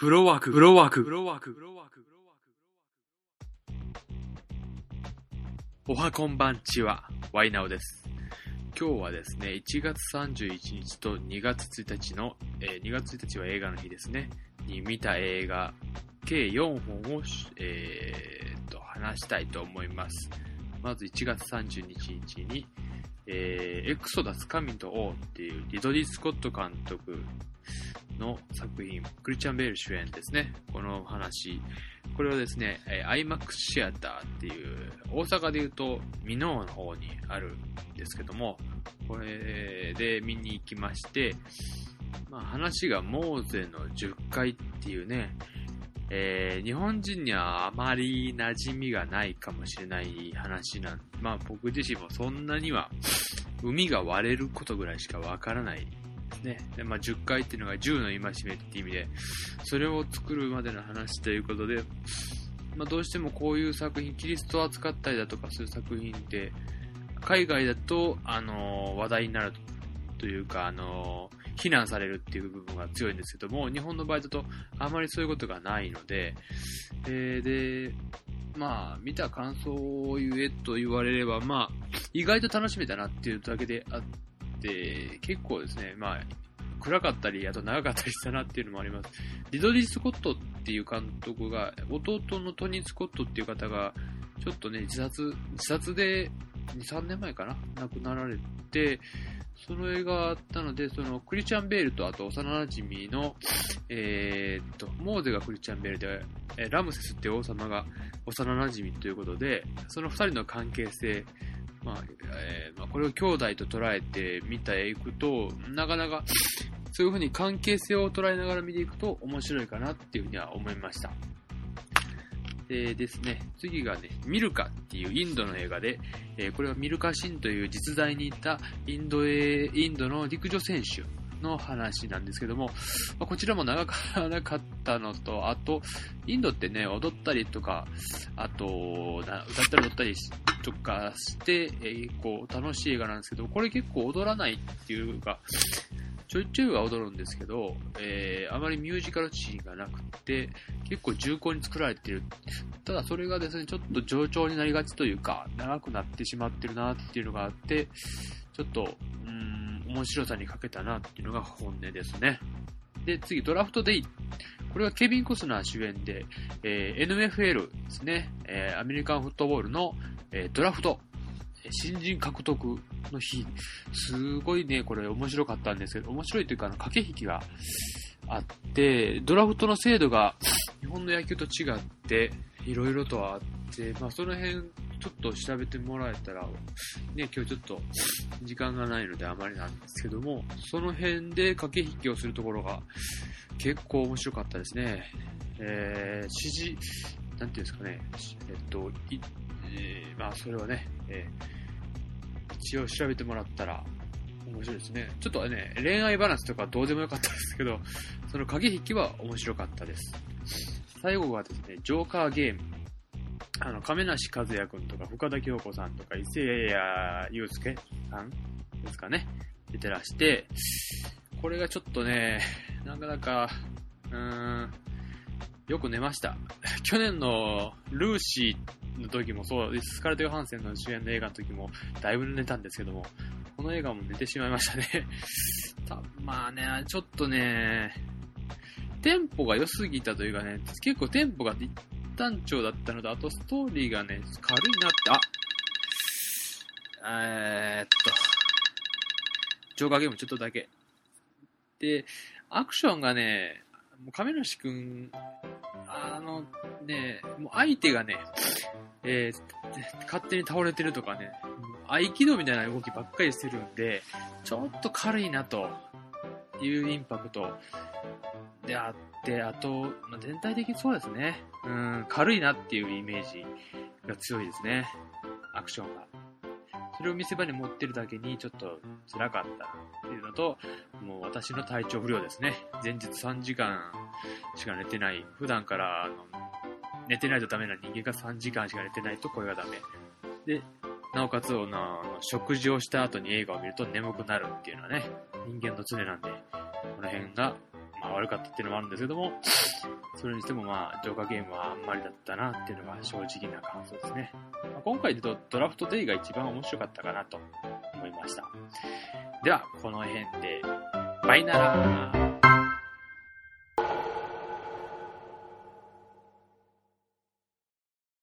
フロワーク、フロワーク、フロワーク、フロワーク。おはこんばんちは、ワイナオです。今日はですね、1月31日と2月1日の、2月1日は映画の日ですね、に見た映画、計4本を、話したいと思います。まず1月30日に、エクソダス神と王っていうリドリー・スコット監督の作品、クリスチャン・ベール主演ですね。この話、これはですね、IMAX シアターっていう大阪でいうと箕面の方にあるんですけども、これで見に行きまして、話がモーゼの10回っていうね、日本人にはあまり馴染みがないかもしれない話なんで、僕自身もそんなには海が割れることぐらいしかわからないですね。で、10回っていうのが10の戒めっていう意味で、それを作るまでの話ということで、どうしてもこういう作品、キリストを扱ったりだとかそういう作品って、海外だと、話題になるというか、非難されるっていう部分が強いんですけども、日本の場合だとあまりそういうことがないので、見た感想を言えと言われれば、意外と楽しめたなっていうだけであって、結構ですね、暗かったり、あと長かったりしたなっていうのもあります。リドリー・スコットっていう監督が、弟のトニー・スコットっていう方が、ちょっとね、自殺で2、3年前かな亡くなられて、その映画があったので、そのクリスチャン・ベールとあと幼馴染の、モーゼがクリスチャン・ベールで、ラムセスっていう王様が幼馴染ということで、その二人の関係性、これを兄弟と捉えて見ていくと、なかなかそういうふうに関係性を捉えながら見ていくと面白いかなっていうふうには思いました。でですね、次がね、ミルカっていうインドの映画で、これはミルカ・シンという実在にいたインドの陸上選手の話なんですけども、こちらも長くなかったのと、あと、インドってね、踊ったりとか、あと、歌ったり踊ったりとかして、楽しい映画なんですけど、これ結構踊らないっていうか、ちょいちょいは踊るんですけど、あまりミュージカルシーンがなくて、結構重厚に作られている。ただそれがですね、ちょっと冗長になりがちというか、長くなってしまってるなっていうのがあって、ちょっと、面白さに欠けたなっていうのが本音ですね。で、次、ドラフトデイ。これはケビン・コスナー主演で、NFL ですね、アメリカンフットボールの、ドラフト。新人獲得の日、すごいね、これ面白かったんですけど、面白いというか、駆け引きがあって、ドラフトの制度が日本の野球と違って、いろいろとあって、その辺、ちょっと調べてもらえたら、ね、今日ちょっと時間がないのであまりなんですけども、その辺で駆け引きをするところが結構面白かったですね。なんていうんですかね、それはね、一応調べてもらったら面白いですね。ちょっとね、恋愛話とかどうでもよかったですけど、その駆け引きは面白かったです。最後はですね、ジョーカーゲーム。亀梨和也くんとか深田恭子さんとか伊勢谷友介さんですかね、出てらして、これがちょっとね、なかなかよく寝ました。去年のルーシーの時もそうです。スカーレット・ヨハンセンの主演の映画の時もだいぶ寝たんですけども、この映画も寝てしまいましたね。ちょっとね、テンポが良すぎたというかね、結構テンポが一単調だったのと、あとストーリーがね、軽いなって、ジョーカーゲームちょっとだけ。で、アクションがね、もう亀梨くん、もう相手がね、勝手に倒れてるとかね、合気道みたいな動きばっかりしてるんで、ちょっと軽いなというインパクトであって、あと、全体的にそうですね、軽いなっていうイメージが強いですね、アクションが。それを見せ場に持ってるだけにちょっと辛かったっていうのと、もう私の体調不良ですね。前日3時間しか寝てない。普段から寝てないとダメな人間が3時間しか寝てないとこれがダメ。で、なおかつ食事をした後に映画を見ると眠くなるっていうのはね、人間の常なんで、この辺が、 悪かったっていうのもあるんですけども、それにしても浄化ゲームはあんまりだったなっていうのが正直な感想ですね。今回で言うとドラフトデイが一番面白かったかなと思いました。では、この辺で、バイナラー。